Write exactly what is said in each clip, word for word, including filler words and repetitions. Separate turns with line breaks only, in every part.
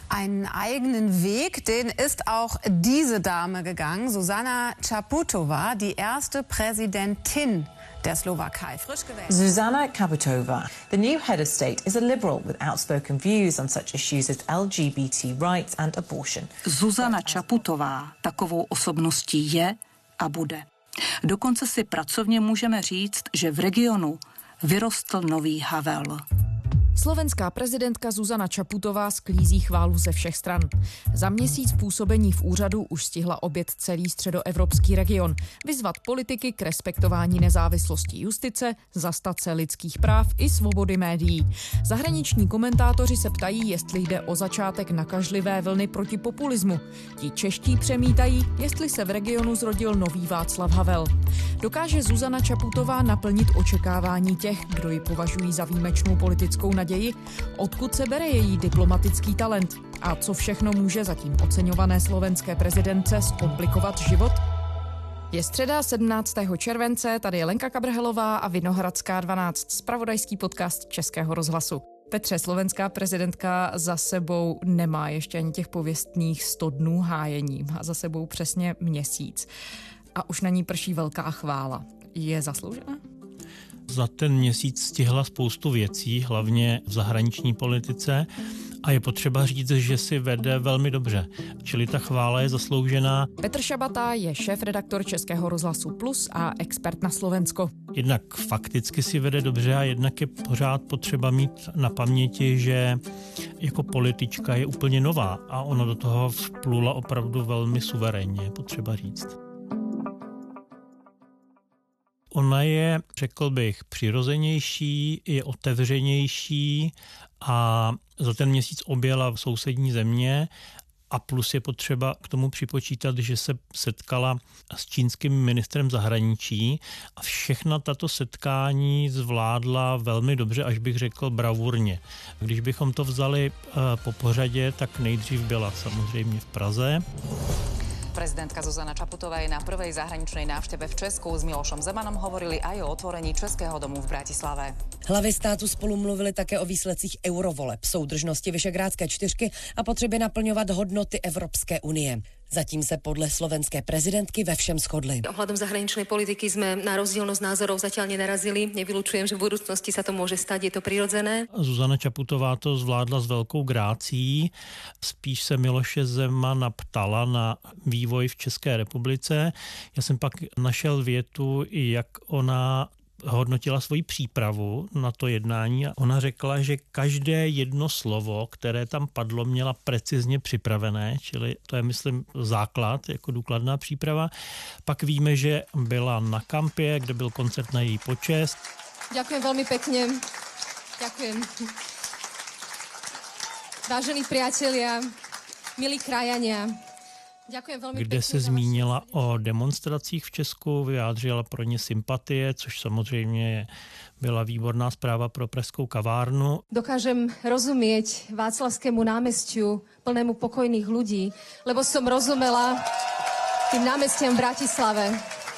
Einen eigenen Weg, den ist auch diese Dame gegangen, Zuzana Čaputová, die erste Präsidentin der Slowakei, frisch gewählt.
Zuzana Čaputová, the new head of state, is a liberal with outspoken views on such issues as L G B T rights and abortion.
Zuzana Čaputová takovou osobností je a bude. Dokonce si pracovně můžeme říct, že v regionu vyrostl nový Havel.
Slovenská prezidentka Zuzana Čaputová sklízí chválu ze všech stran. Za měsíc působení v úřadu už stihla objet celý středoevropský region, vyzvat politiky k respektování nezávislosti justice, zastat se lidských práv i svobody médií. Zahraniční komentátoři se ptají, jestli jde o začátek nakažlivé vlny proti populismu. Ti čeští přemítají, jestli se v regionu zrodil nový Václav Havel. Dokáže Zuzana Čaputová naplnit očekávání těch, kdo ji považují za výjimečnou politickou naději? Odkud se bere její diplomatický talent? A co všechno může zatím oceňované slovenské prezidentce zkomplikovat život? Je středa sedmnáctého července, tady je Lenka Kabrhelová a Vinohradská dvanáct, zpravodajský podcast Českého rozhlasu. Petře, slovenská prezidentka za sebou nemá ještě ani těch pověstných sto dnů hájení. Má za sebou přesně měsíc. A už na ní prší velká chvála. Je zasloužená?
Za ten měsíc stihla spoustu věcí, hlavně v zahraniční politice, a je potřeba říct, že si vede velmi dobře. Čili ta chvála je zasloužená.
Petr Šabata je šéf-redaktor Českého rozhlasu Plus a expert na Slovensko.
Jednak fakticky si vede dobře a jednak je pořád potřeba mít na paměti, že jako politička je úplně nová a ona do toho vplula opravdu velmi suverénně, potřeba říct. Ona je, řekl bych, přirozenější, je otevřenější a za ten měsíc objela sousední země a plus je potřeba k tomu připočítat, že se setkala s čínským ministrem zahraničí a všechna tato setkání zvládla velmi dobře, až bych řekl bravurně. Když bychom to vzali po pořadě, tak nejdřív byla samozřejmě v Praze.
Prezidentka Zuzana Čaputová je na prvej zahraničnej návšteve v Česku. S Milošom Zemanom hovorili aj o otvorení Českého domu v Bratislave.
Hlavy státu spolu mluvili také o výsledcích eurovoleb, soudržnosti Visegrádské čtyřky a potřebě naplňovat hodnoty Evropské unie. Zatím se podle slovenské prezidentky ve všem shodli.
Ohľadom zahraničnej politiky sme na rozdielnosť názorov zatiaľ nenarazili. Nevylučujem, že v budúcnosti sa to môže stať, je to prirodzené.
Zuzana Čaputová to zvládla s velkou grácií. Spíš se Miloše Zemana ptala na vývoj v České republice. Já jsem pak našel větu, jak ona hodnotila svoji přípravu na to jednání a ona řekla, že každé jedno slovo, které tam padlo, měla precizně připravené, čili to je, myslím, základ, jako důkladná příprava. Pak víme, že byla na kampě, kde byl koncert na její počest.
Ďakujem veľmi pekne. Ďakujem. Vážení priatelia, milí krajania,
kde se zmínila o demonstracích v Česku, vyjádřila pro ně sympatie, což samozřejmě byla výborná zpráva pro pražskou kavárnu.
Dokážem rozumieť Václavskému námestiu plnému pokojných ľudí, lebo som rozumela tým námestiam v Bratislave.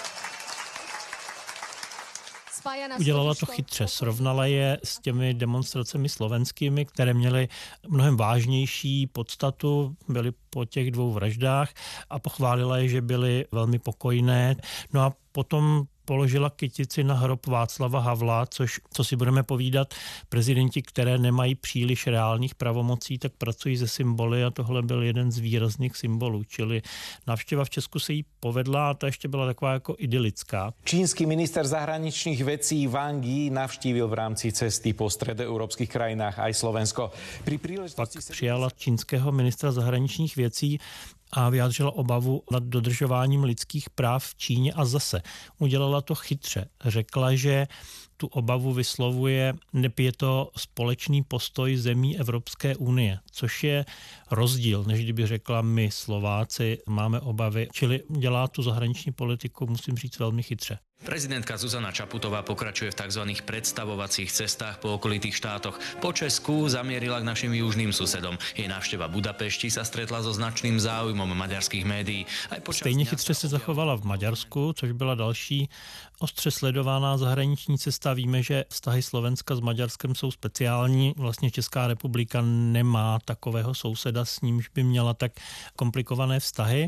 Udělala to chytře, srovnala je s těmi demonstracemi slovenskými, které měly mnohem vážnější podstatu, byly po těch dvou vraždách a pochválila je, že byly velmi pokojné. No a potom položila kytici na hrob Václava Havla, což, co si budeme povídat, prezidenti, které nemají příliš reálných pravomocí, tak pracují se symboly a tohle byl jeden z výrazných symbolů, čili návštěva v Česku se jí povedla a ta ještě byla taková jako idylická.
Čínsky minister zahraničných vecí Wang Yi navštívil v rámci cesty po stredoeurópskych krajinách aj Slovensko. Pri príležitosti
Pak přijala čínského ministra zahraničních věcí a vyjádřila obavu nad dodržováním lidských práv v Číně a zase udělala to chytře. Řekla, že tu obavu vyslovuje, neb je to společný postoj zemí Evropské unie, což je rozdíl, než kdyby řekla my Slováci máme obavy, čili dělá tu zahraniční politiku, musím říct, velmi chytře.
Prezidentka Zuzana Čaputová pokračuje v tzv. Predstavovacích cestách po okolitých štátoch. Po Česku zamierila k našim južným susedom. Jej návšteva Budapešti sa stretla so značným záujmom maďarských médií.
Stejně chytře se zachovala v Maďarsku, což byla další ostře sledovaná zahraniční cesta. Víme, že vztahy Slovenska s Maďarskem jsou speciální. Vlastně Česká republika nemá takového souseda, s nímž by měla tak komplikované vztahy.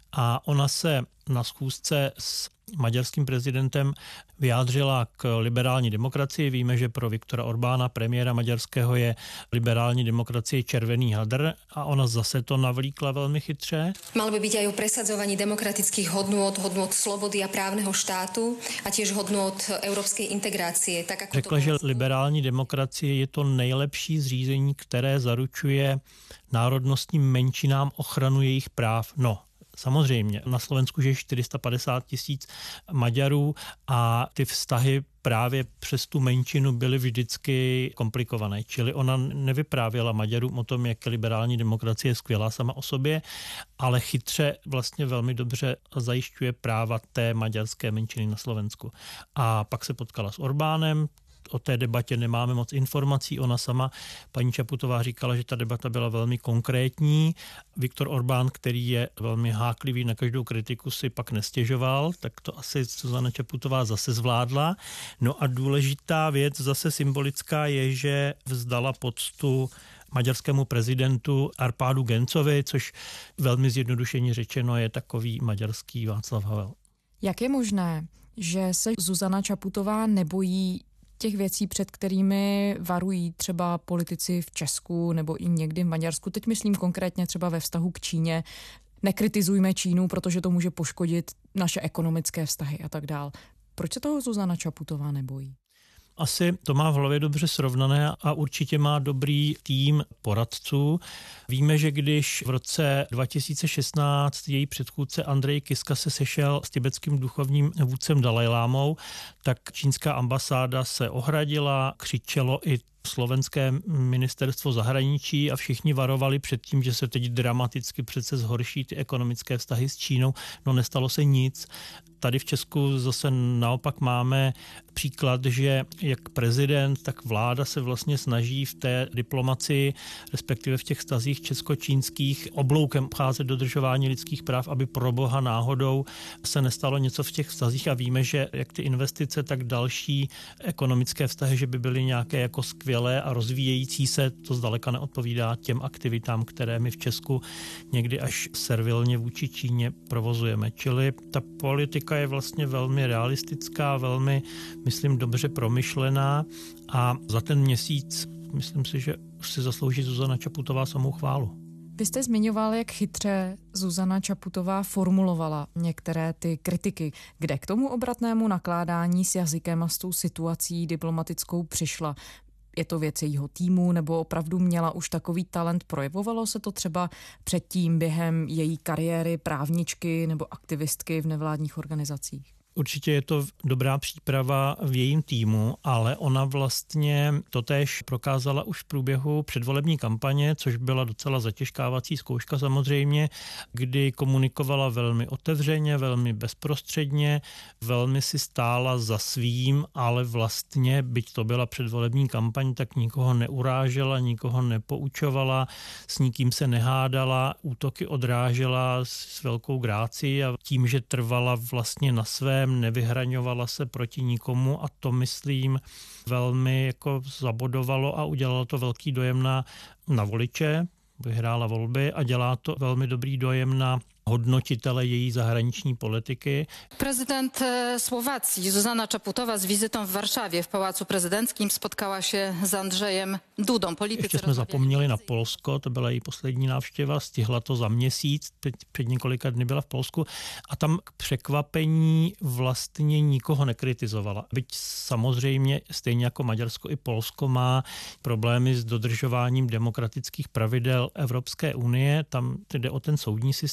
A ona se na schůzce s maďarským prezidentem vyjádřila k liberální demokracii. Víme, že pro Viktora Orbána, premiéra maďarského, je liberální demokracie červený hadr a ona zase to navlíkla velmi chytře.
Malo by byť aj o presadzovaní demokratických hodnôt, hodnôt slobody a právneho štátu a tiež hodnôt európskej integrácie. Tak ako
Řekla,
to
že liberální demokracie je to nejlepší zřízení, které zaručuje národnostním menšinám ochranu jejich práv. No, samozřejmě, na Slovensku žije čtyři sta padesát tisíc Maďarů a ty vztahy právě přes tu menšinu byly vždycky komplikované. Čili ona nevyprávěla Maďarům o tom, jak liberální demokracie je skvělá sama o sobě, ale chytře vlastně velmi dobře zajišťuje práva té maďarské menšiny na Slovensku. A pak se potkala s Orbánem. O té debatě nemáme moc informací. Ona sama, paní Čaputová, říkala, že ta debata byla velmi konkrétní. Viktor Orbán, který je velmi háklivý na každou kritiku, si pak nestěžoval, tak to asi Zuzana Čaputová zase zvládla. No a důležitá věc, zase symbolická, je, že vzdala poctu maďarskému prezidentu Arpádu Gencovi, což velmi zjednodušeně řečeno je takový maďarský Václav Havel.
Jak je možné, že se Zuzana Čaputová nebojí těch věcí, před kterými varují třeba politici v Česku nebo i někdy v Maďarsku? Teď myslím konkrétně třeba ve vztahu k Číně. Nekritizujme Čínu, protože to může poškodit naše ekonomické vztahy a tak dál. Proč se toho Zuzana Čaputová nebojí?
Asi to má v hlavě dobře srovnané a určitě má dobrý tým poradců. Víme, že když v roce dva tisíce šestnáct její předchůdce Andrej Kiska se sešel s tibetským duchovním vůdcem Dalajlámou, tak čínská ambasáda se ohradila, křičelo i slovenské ministerstvo zahraničí a všichni varovali před tím, že se teď dramaticky přece zhorší ty ekonomické vztahy s Čínou. No nestalo se nic. Tady v Česku zase naopak máme příklad, že jak prezident, tak vláda se vlastně snaží v té diplomacii, respektive v těch vztazích česko-čínských obloukem obcházet dodržování lidských práv, aby pro boha náhodou se nestalo něco v těch vztazích a víme, že jak ty investice, tak další ekonomické vztahy, že by byly nějaké jako skvělé a rozvíjející se, to zdaleka neodpovídá těm aktivitám, které my v Česku někdy až servilně vůči Číně provozujeme. Čili ta politika je vlastně velmi realistická, velmi, myslím, dobře promyšlená a za ten měsíc myslím si, že už si zaslouží Zuzana Čaputová samou chválu.
Vy jste zmiňoval, jak chytře Zuzana Čaputová formulovala některé ty kritiky. Kde k tomu obratnému nakládání s jazykem a s tou situací diplomatickou přišla? Je to věc jejího týmu, nebo opravdu měla už takový talent? Projevovalo se to třeba předtím během její kariéry právničky nebo aktivistky v nevládních organizacích?
Určitě je to dobrá příprava v jejím týmu, ale ona vlastně totéž prokázala už v průběhu předvolební kampaně, což byla docela zatěžkávací zkouška samozřejmě, kdy komunikovala velmi otevřeně, velmi bezprostředně, velmi si stála za svým, ale vlastně, byť to byla předvolební kampaň, tak nikoho neurážela, nikoho nepoučovala, s nikým se nehádala, útoky odrážela s velkou grácií a tím, že trvala vlastně na svém, nevyhraňovala se proti nikomu a to, myslím, velmi jako zabodovalo a udělalo to velký dojem na, na voliče, vyhrála volby a dělá to velmi dobrý dojem na hodnotitele její zahraniční politiky.
Prezydent Słowacji Zuzana Čaputová s wizytą w Warszawie w Pałacu Prezydenckim spotkała się z Andrzejem Dudą. Politycy
Ještě jsme zapomněli na Polsko, to byla její poslední návštěva, stihla to za měsíc, před, před několika dny byla v Polsku a tam k překvapení vlastně nikoho nekritizovala. Byť samozřejmě stejně jako Maďarsko i Polsko má problémy s dodržováním demokratických pravidel Evropské unie, tam jde o ten soudní systém,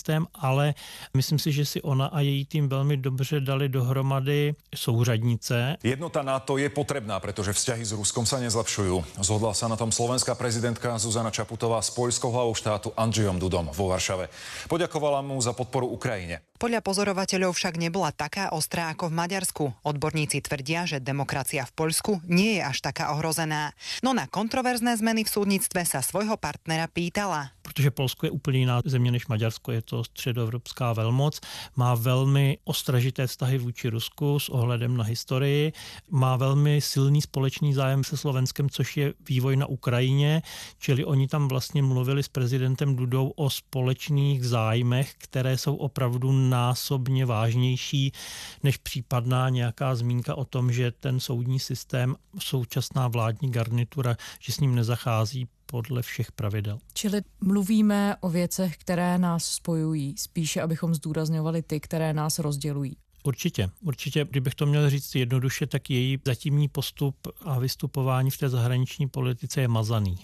ale myslím si, že si ona a její tým velmi dobře dali dohromady souřadnice.
Jednota NATO je potrebná, pretože vzťahy s Ruskom sa nezlepšujú. Zhodla sa na tom slovenská prezidentka Zuzana Čaputová s poľskou hlavou štátu Andrzejom Dudom vo Varšave. Poďakovala mu za podporu Ukrajine.
Podľa pozorovateľov však nebola taká ostrá ako v Maďarsku. Odborníci tvrdia, že demokracia v Poľsku nie je až taká ohrozená. No na kontroverzné zmeny v súdnictve sa svojho partnera pýtala.
Protože Polsko je úplně jiná země než Maďarsko, je to středoevropská velmoc, má velmi ostražité vztahy vůči Rusku s ohledem na historii, má velmi silný společný zájem se Slovenskem, což je vývoj na Ukrajině, čili oni tam vlastně mluvili s prezidentem Dudou o společných zájmech, které jsou opravdu násobně vážnější než případná nějaká zmínka o tom, že ten soudní systém, současná vládní garnitura, že s ním nezachází podle všech pravidel.
Čili mluvíme o věcech, které nás spojují, spíše abychom zdůrazňovali ty, které nás rozdělují.
Určitě, určitě, kdybych to měl říct jednoduše, tak její zatímní postup a vystupování v té zahraniční politice je mazaný.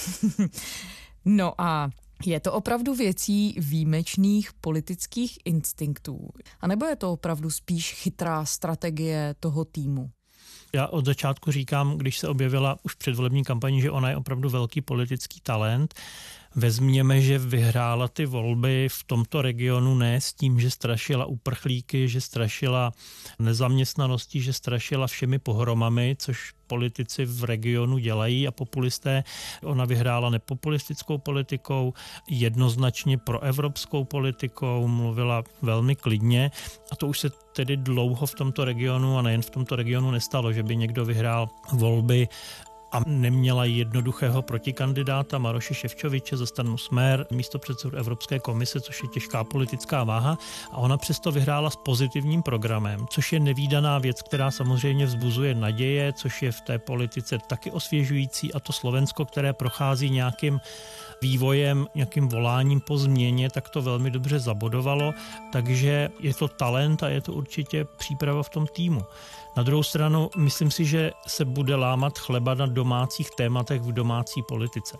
No a je to opravdu věcí výjimečných politických instinktů? A nebo je to opravdu spíš chytrá strategie toho týmu?
Já od začátku říkám, když se objevila už předvolební kampaní, že ona je opravdu velký politický talent. Vezměme, že vyhrála ty volby v tomto regionu ne s tím, že strašila uprchlíky, že strašila nezaměstnaností, že strašila všemi pohromami, což politici v regionu dělají a populisté. Ona vyhrála nepopulistickou politikou, jednoznačně proevropskou politikou, mluvila velmi klidně a to už se tedy dlouho v tomto regionu a nejen v tomto regionu nestalo, že by někdo vyhrál volby a neměla jednoduchého protikandidáta Maroše Šefčoviče za stranu Smer, místopředsedu Evropské komise, což je těžká politická váha, a ona přesto vyhrála s pozitivním programem, což je nevídaná věc, která samozřejmě vzbuzuje naděje, což je v té politice taky osvěžující, a to Slovensko, které prochází nějakým vývojem, nějakým voláním po změně, tak to velmi dobře zabodovalo, takže je to talent a je to určitě příprava v tom týmu. Na druhou stranu, myslím si, že se bude lámat chleba na domácích tématech v domácí politice.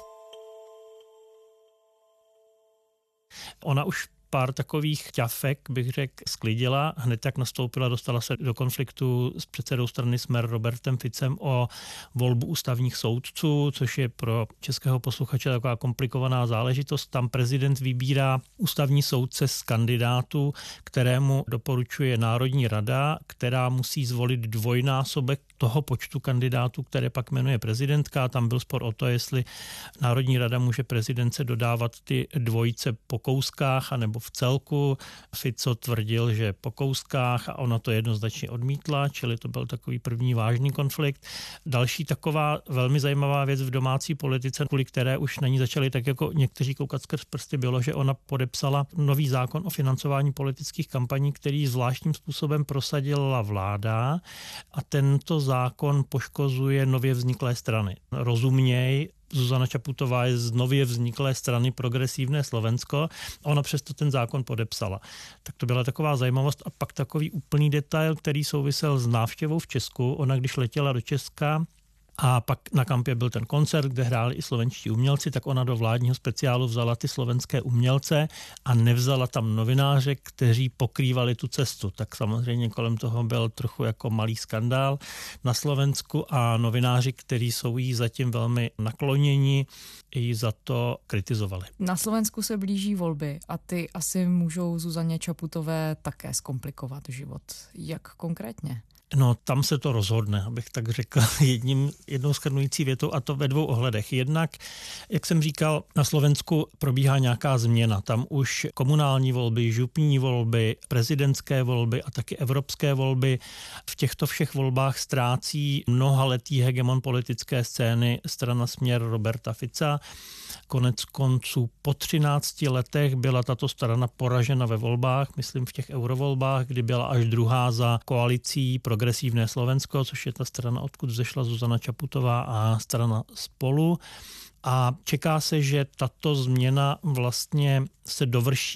Ona už pár takových ťafek, bych řekl, sklidila. Hned jak nastoupila, dostala se do konfliktu s předsedou strany Smer Robertem Ficem o volbu ústavních soudců, což je pro českého posluchače taková komplikovaná záležitost. Tam prezident vybírá ústavní soudce z kandidátů, kterému doporučuje Národní rada, která musí zvolit dvojnásobek toho počtu kandidátů, které pak jmenuje prezidentka. Tam byl spor o to, jestli Národní rada může prezidentce dodávat ty dvojice po kouskách anebo v celku. Fico tvrdil, že po kouskách, a ona to jednoznačně odmítla, čili to byl takový první vážný konflikt. Další taková velmi zajímavá věc v domácí politice, kvůli které už na ní začali tak jako někteří koukat skrz prsty, bylo, že ona podepsala nový zákon o financování politických kampaní, který zvláštním způsobem prosadila vláda, a tento zákon poškozuje nově vzniklé strany. Rozuměj, Zuzana Čaputová je z nově vzniklé strany Progresívne Slovensko a ona přesto ten zákon podepsala. Tak to byla taková zajímavost. A pak takový úplný detail, který souvisel s návštěvou v Česku. Ona když letěla do Česka a pak na kampě byl ten koncert, kde hráli i slovenští umělci, tak ona do vládního speciálu vzala ty slovenské umělce a nevzala tam novináře, kteří pokrývali tu cestu. Tak samozřejmě kolem toho byl trochu jako malý skandál na Slovensku a novináři, kteří jsou jí zatím velmi nakloněni, ji za to kritizovali.
Na Slovensku se blíží volby a ty asi můžou Zuzaně Čaputové také zkomplikovat život. Jak konkrétně?
No, tam se to rozhodne, abych tak řekl, jedním, jednou shrnující větou, a to ve dvou ohledech. Jednak, jak jsem říkal, na Slovensku probíhá nějaká změna. Tam už komunální volby, župní volby, prezidentské volby a taky evropské volby. V těchto všech volbách ztrácí mnohaletý hegemon politické scény strana Směr Roberta Fica. Konec konců po třinácti letech byla tato strana poražena ve volbách, myslím v těch eurovolbách, kdy byla až druhá za koalicí Progresívne Slovensko, což je ta strana, odkud vzešla Zuzana Čaputová, a strana Spolu. A čeká se, že tato změna vlastně se dovrší v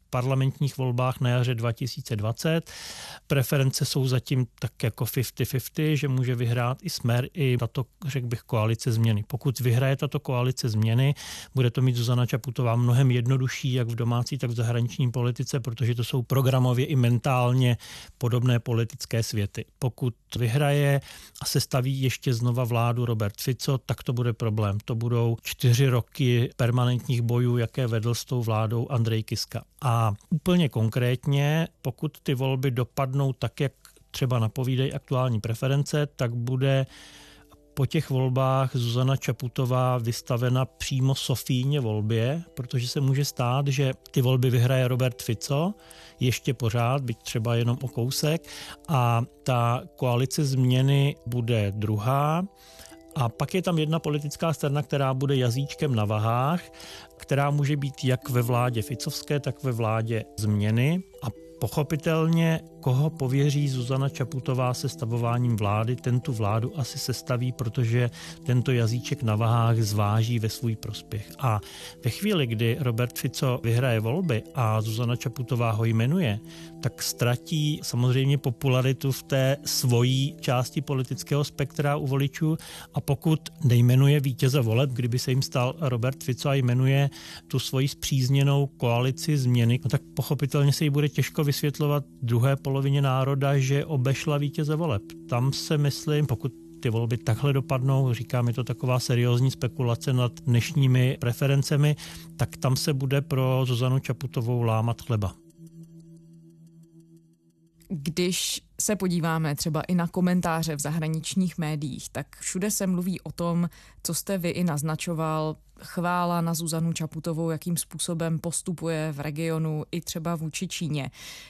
parlamentních volbách na jaře dva tisíce dvacet. Preference jsou zatím tak jako padesát padesát, že může vyhrát i Smer, i tato, řekl bych, koalice změny. Pokud vyhraje tato koalice změny, bude to mít Zuzana Čaputová mnohem jednodušší, jak v domácí, tak v zahraniční politice, protože to jsou programově i mentálně podobné politické světy. Pokud vyhraje a sestaví ještě znova vládu Robert Fico, tak to bude problém. To budou čtyři roky permanentních bojů, jaké vedl s tou vládou Andrej Kiska. A úplně konkrétně, pokud ty volby dopadnou tak, jak třeba napovídají aktuální preference, tak bude po těch volbách Zuzana Čaputová vystavena přímo Sofíně volbě, protože se může stát, že ty volby vyhraje Robert Fico ještě pořád, byť třeba jenom o kousek, a ta koalice změny bude druhá. A pak je tam jedna politická strana, která bude jazyčkem na vahách, která může být jak ve vládě ficovské, tak ve vládě změny. A pochopitelně, koho pověří Zuzana Čaputová sestavováním vlády, ten tu vládu asi sestaví, protože tento jazyček na vahách zváží ve svůj prospěch. A ve chvíli, kdy Robert Fico vyhraje volby a Zuzana Čaputová ho jmenuje, tak ztratí samozřejmě popularitu v té svojí části politického spektra u voličů, a pokud nejmenuje vítěze voleb, kdyby se jim stal Robert Fico a jmenuje tu svoji spřízněnou koalici změny, no tak pochopitelně se jí bude těžko vysvětlovat druhé polovině národa, že obešla vítěze voleb. Tam se myslím, pokud ty volby takhle dopadnou, říkám, je to taková seriózní spekulace nad dnešními preferencemi, tak tam se bude pro Zuzanu Čaputovou lámat chleba.
Když se podíváme třeba i na komentáře v zahraničních médiích, tak všude se mluví o tom, co jste vy i naznačoval, chvála na Zuzanu Čaputovou, jakým způsobem postupuje v regionu i třeba vůči Číně.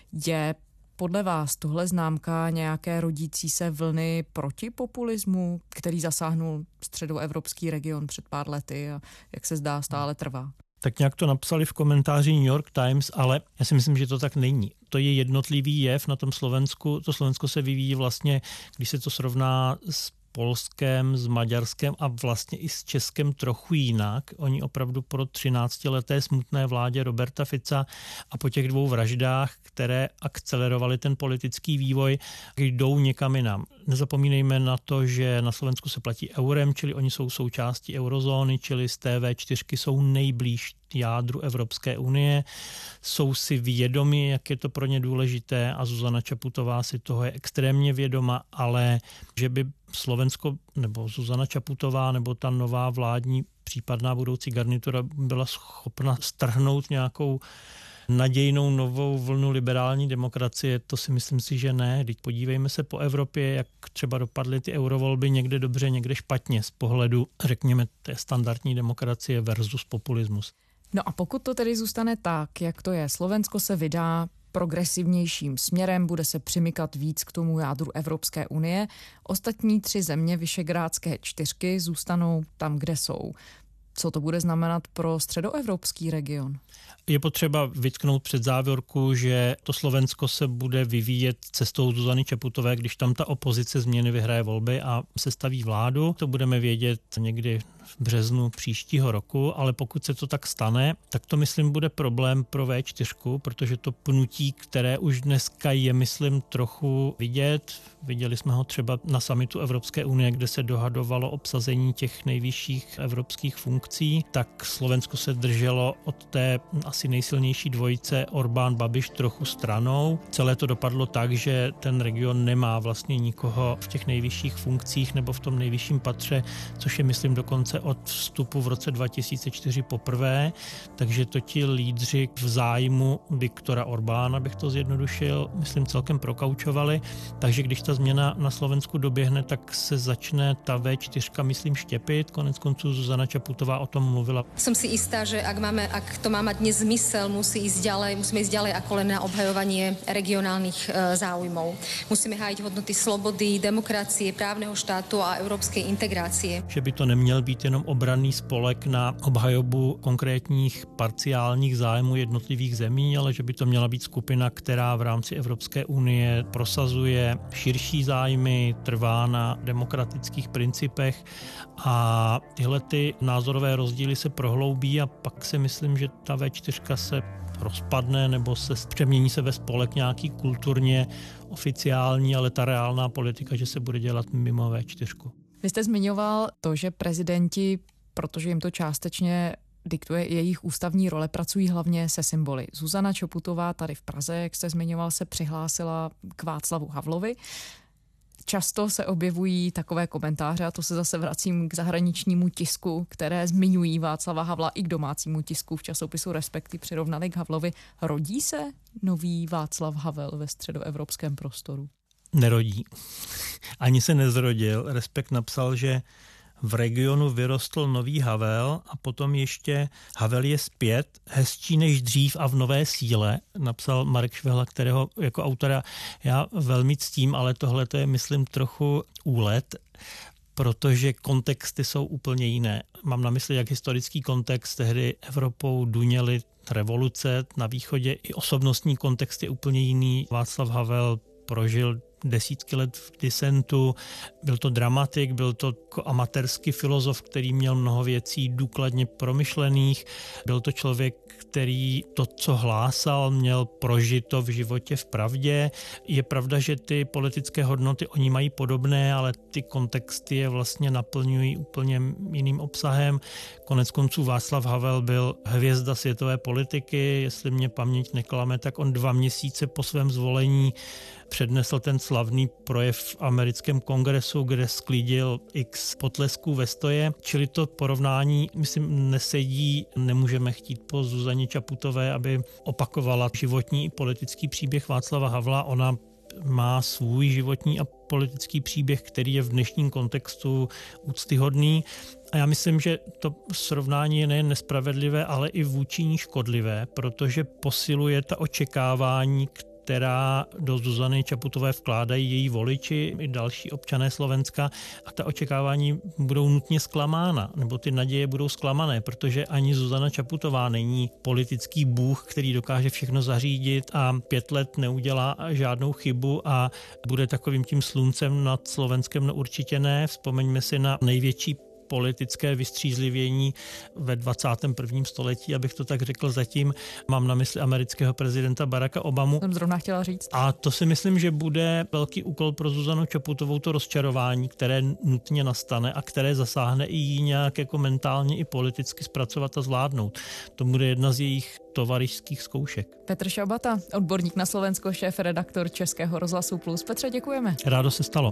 Je podle vás tohle známka nějaké rodící se vlny proti populismu, který zasáhnul středoevropský region před pár lety a jak se zdá stále trvá?
Tak nějak to napsali v komentáři New York Times, ale já si myslím, že to tak není. To je jednotlivý jev na tom Slovensku. To Slovensko se vyvíjí vlastně, když se to srovná s Polskem, s Maďarskem a vlastně i s Českem trochu jinak. Oni opravdu po třináctileté smutné vládě Roberta Fica a po těch dvou vraždách, které akcelerovaly ten politický vývoj, jdou někam jinam. Nezapomínejme na to, že na Slovensku se platí eurem, čili oni jsou součástí eurozóny, čili z té vé čtyři jsou nejblíž jádru Evropské unie, jsou si vědomi, jak je to pro ně důležité, a Zuzana Čaputová si toho je extrémně vědoma, ale že by Slovensko nebo Zuzana Čaputová nebo ta nová vládní případná budoucí garnitura byla schopna strhnout nějakou nadějnou novou vlnu liberální demokracie, to si myslím si, že ne. Teď podívejme se po Evropě, jak třeba dopadly ty eurovolby, někde dobře, někde špatně z pohledu, řekněme, té standardní demokracie versus populismus.
No a pokud to tedy zůstane tak, jak to je, Slovensko se vydá progresivnějším směrem, bude se přimykat víc k tomu jádru Evropské unie, ostatní tři země Visegrádské čtyřky zůstanou tam, kde jsou. Co to bude znamenat pro středoevropský region?
Je potřeba vytknout před závěrku, že to Slovensko se bude vyvíjet cestou Zuzany Čaputové, když tam ta opozice změny vyhraje volby a sestaví vládu. To budeme vědět někdy v březnu příštího roku, ale pokud se to tak stane, tak to, myslím, bude problém pro vé čtyři, protože to pnutí, které už dneska je, myslím, trochu vidět. Viděli jsme ho třeba na summitu Evropské unie, kde se dohadovalo obsazení těch nejvyšších evropských funkcí, tak Slovensko se drželo od té asi nejsilnější dvojice Orbán-Babiš trochu stranou. Celé to dopadlo tak, že ten region nemá vlastně nikoho v těch nejvyšších funkcích nebo v tom nejvyšším patře, což je, myslím, dokonce od vstupu v roce dva tisíce čtyři poprvé, takže to ti lídři v zájmu Viktora Orbána, bych to zjednodušil, myslím, celkem prokaučovali, takže když ta změna na Slovensku doběhne, tak se začne ta vé čtyři, myslím, štěpit. Konec konců Zuzana Čaputová o tom mluvila.
Som si istá, že ak, máme, ak to má mať dnes zmysel, musí ísť ďalej, musíme ísť ďalej ako len na obhajovanie regionálnych e, záujmov. Musíme hájiť hodnoty slobody, demokracie, právneho štátu a európskej integrácie.
Že by to neměl být jenom obranný spolek na obhajobu konkrétních parciálních zájmů jednotlivých zemí, ale že by to měla být skupina, která v rámci Evropské unie prosazuje širší zájmy, trvá na demokratických principech a tyhle ty názorové rozdíly se prohloubí a pak si myslím, že ta vé čtyři se rozpadne nebo se přemění se ve spolek nějaký kulturně oficiální, ale ta reálná politika, že se bude dělat mimo vé čtyři.
Vy jste zmiňoval to, že prezidenti, protože jim to částečně diktuje jejich ústavní role, pracují hlavně se symboly. Zuzana Čaputová tady v Praze, jak jste zmiňoval, se přihlásila k Václavu Havlovi. Často se objevují takové komentáře, a to se zase vracím k zahraničnímu tisku, které zmiňují Václava Havla, i k domácímu tisku v časopisu Respekty přirovnali k Havlovi. Rodí se nový Václav Havel ve středoevropském prostoru?
Nerodí. Ani se nezrodil. Respekt napsal, že v regionu vyrostl nový Havel a potom ještě Havel je zpět, hezčí než dřív a v nové síle, napsal Marek Švehla, kterého jako autora já velmi ctím, ale tohle to je, myslím, trochu úlet, protože kontexty jsou úplně jiné. Mám na mysli, jak historický kontext, tehdy Evropou duněly revoluce na východě, i osobnostní kontext je úplně jiný. Václav Havel prožil desítky let v disentu, byl to dramatik, byl to amatérský filozof, který měl mnoho věcí důkladně promyšlených, byl to člověk, který to, co hlásal, měl prožito v životě v pravdě. Je pravda, že ty politické hodnoty oni mají podobné, ale ty kontexty je vlastně naplňují úplně jiným obsahem. Konec konců Václav Havel byl hvězda světové politiky, jestli mě paměť neklame, tak on dva měsíce po svém zvolení přednesl ten slavný projev v americkém kongresu, kde sklidil x potlesků ve stoje, čili to porovnání, myslím, nesedí. Nemůžeme chtít po Zuzaně Čaputové, aby opakovala životní i politický příběh Václava Havla. Ona má svůj životní a politický příběh, který je v dnešním kontextu úctyhodný. A já myslím, že to srovnání je nejen nespravedlivé, ale i vůči ní škodlivé, protože posiluje ta očekávání, která do Zuzany Čaputové vkládají její voliči i další občané Slovenska, a ta očekávání budou nutně zklamána, nebo ty naděje budou zklamané, protože ani Zuzana Čaputová není politický bůh, který dokáže všechno zařídit a pět let neudělá žádnou chybu a bude takovým tím sluncem nad Slovenskem, no určitě ne. Vzpomeňme si na největší politické vystřízlivění ve dvacátém prvním století, abych to tak řekl zatím. Mám na mysli amerického prezidenta Baracka Obamu.
Jsem zrovna chtěla říct.
A to si myslím, že bude velký úkol pro Zuzanu Čaputovou, to rozčarování, které nutně nastane a které zasáhne i jí nějak jako mentálně i politicky zpracovat a zvládnout. To bude jedna z jejich tovarišských zkoušek.
Petr Šabata, odborník na Slovensko, šéf-redaktor Českého rozhlasu Plus. Petře, děkujeme.
Rádo se stalo.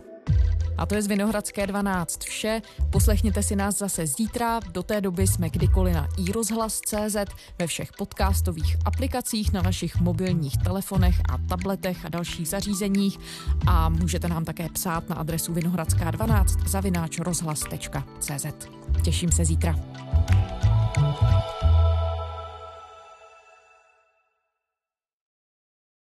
A to je z Vinohradské dvanáct vše. Poslechněte si nás zase zítra. Do té doby jsme kdykoliv na i rozhlas tečka cé zet, ve všech podcastových aplikacích, na vašich mobilních telefonech a tabletech a dalších zařízeních. A můžete nám také psát na adresu vinohradská dvanáct zavináč rozhlas tečka cé zet. Těším se zítra.